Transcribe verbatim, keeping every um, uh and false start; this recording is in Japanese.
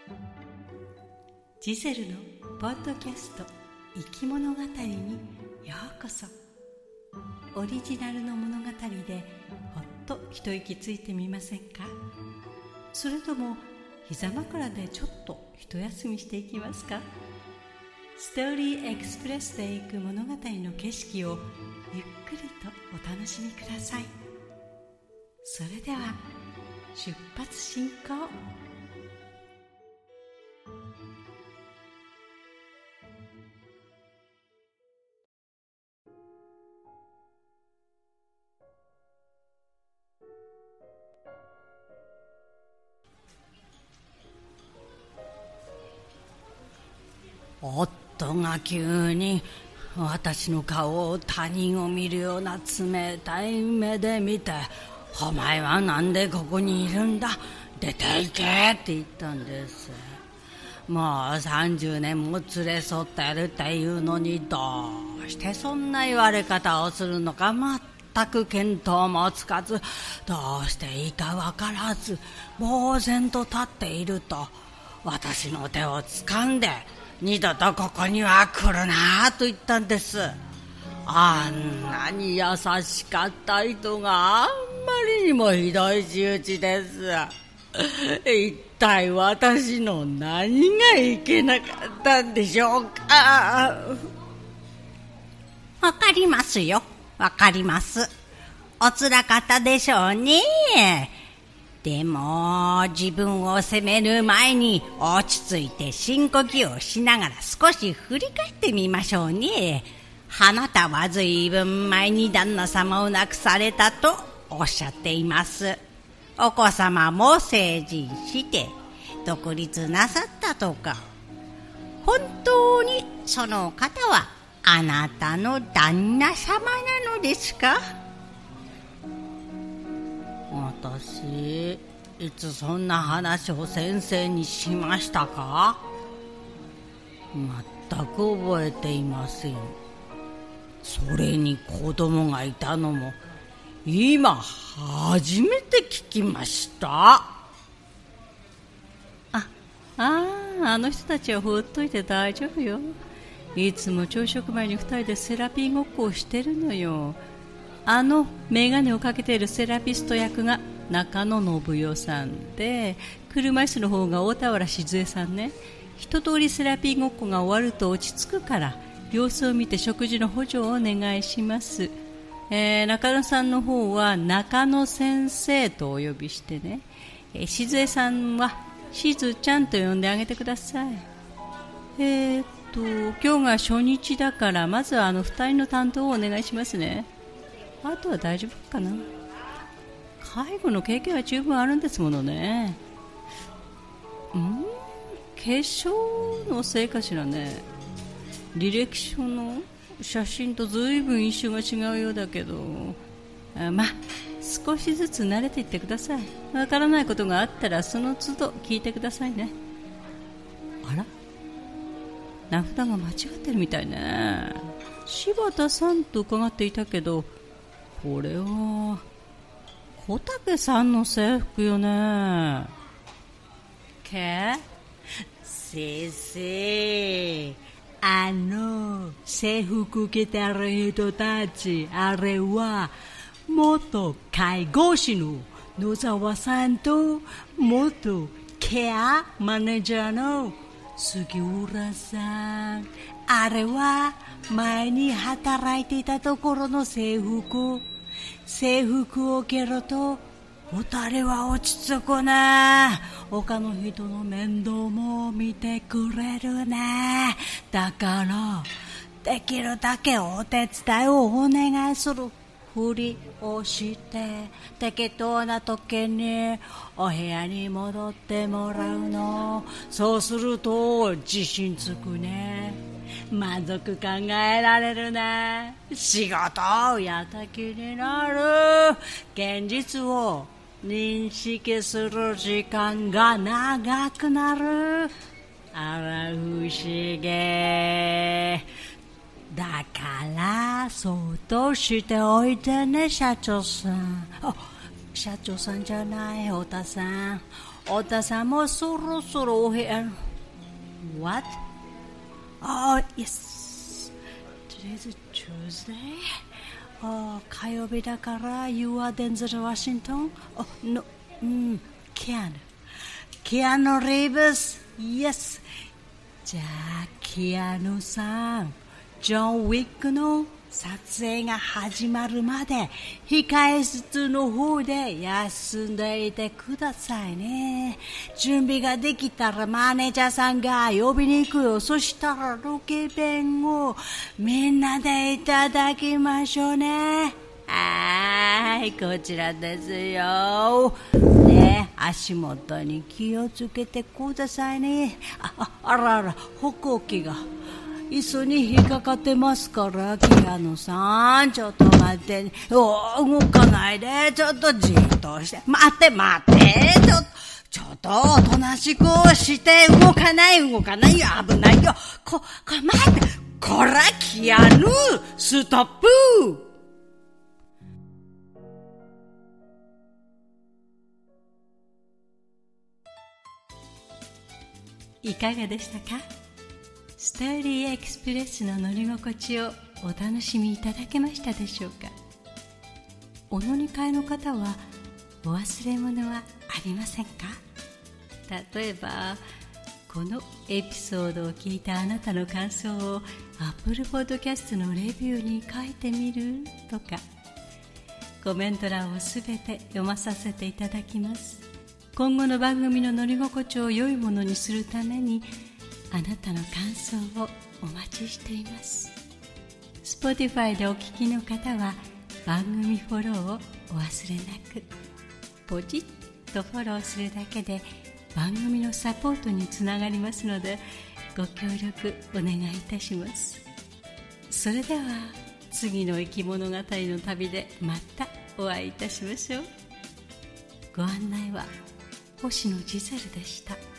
ジゼルのポッドキャスト生き物語にようこそ。オリジナルの物語でほっと一息ついてみませんか？それとも膝枕でちょっと一休みしていきますか？ストーリーエクスプレスで行く物語の景色をゆっくりとお楽しみください。それでは出発進行。 夫が急に私の顔を他人を見るような冷たい目で見て、お前はなんでここにいるんだ、出て行けって言ったんです。もうさんじゅうねんも連れ添ってるっていうのに、どうしてそんな言われ方をするのか全く見当もつかず、どうしていいかわからず呆然と立っていると、私の手を掴んで二度とここには来るなと言ったんです。あんなに優しかった人があんまりにもひどい仕打ちです。一体私の何がいけなかったんでしょうか。 わかりますよ、わかります。おつらかったでしょうね。でも自分を責める前に落ち着いて深呼吸をしながら少し振り返ってみましょうね。あなたはずいぶん前に旦那様を亡くされたとおっしゃっています。お子様も成人して独立なさったとか。本当にその方はあなたの旦那様なのですか？ 私、いつそんな話を先生にしましたか？全く覚えていません。それに子供がいたのも今初めて聞きました。 あ、ああ、あの人たちは放っといて大丈夫よ。いつも朝食前に二人でセラピーごっこをしてるのよ。あのメガネをかけているセラピスト役が中野信代さんで、車椅子の方が大田原静江さんね。一通りセラピーごっこが終わると落ち着くから様子を見て食事の補助をお願いします。えー、中野さんの方は中野先生とお呼びしてね、えー、静江さんはしずちゃんと呼んであげてください。えーっと今日が初日だから、まずはあの二人の担当をお願いしますね。あとは大丈夫かな。介護の経験は十分あるんですものね。ん？化粧のせいかしらね。履歴書の写真とずいぶん印象が違うようだけど、あまあ少しずつ慣れていってください。わからないことがあったらその都度聞いてくださいね。あら、名札が間違ってるみたいね。柴田さんと伺っていたけど、これは小竹さんの制服よね。 け？先生、あの制服着てる人たち、あれは元介護士の野沢さんと元ケアマネージャーの杉浦さん。あれは前に働いていたところの制服。制服を着ると二人は落ち着くね。他の人の面倒も見てくれるね。だからできるだけお手伝いをお願いするふりをして、適当な時にお部屋に戻ってもらうの。そうすると自信つくね。満足考えられるね。仕事をやった気になる。現実を認識する時間が長くなる。あら不思議。だからそっとしておいてね、社長さん。あ、 社長さんじゃない、太田さん。太田さんもそろそろお部屋。What? Oh, yes. Today's a Tuesday? Oh, 火曜日だから You are Denzel Washington? Oh, no. うん、キアヌ。キアヌ・リーブス。Yes. じゃあ、キアヌさん。ジョン・ウィックの撮影が始まるまで控え室の方で休んでいてくださいね。準備ができたらマネージャーさんが呼びに行くよ。そしたらロケ弁をみんなでいただきましょうね。はーい、こちらですよ。ね、足元に気をつけてくださいね。あ、あ、あらあら、歩行器が椅子に引っかかってますから、キアヌさん、ちょっと待って、ね、お動かないで、ちょっとじっとして、待って待って、ちょっと、ちょっと、おとなしくして、動かない、動かないよ、危ないよ、こ、こ、待って、こら、キアヌ、ストップ。 いかがでしたか？ストーリーエクスプレスの乗り心地をお楽しみいただけましたでしょうか？お乗り換えの方はお忘れ物はありませんか？例えばこのエピソードを聞いたあなたの感想を Apple Podcast のレビューに書いてみるとか、コメント欄をすべて読まさせていただきます。今後の番組の乗り心地を良いものにするためにあなたの感想をお待ちしています。 Spotify でお聞きの方は番組フォローをお忘れなく。ポチッとフォローするだけで番組のサポートにつながりますので、ご協力お願いいたします。それでは次の生き物語の旅でまたお会いいたしましょう。ご案内は星野ジゼルでした。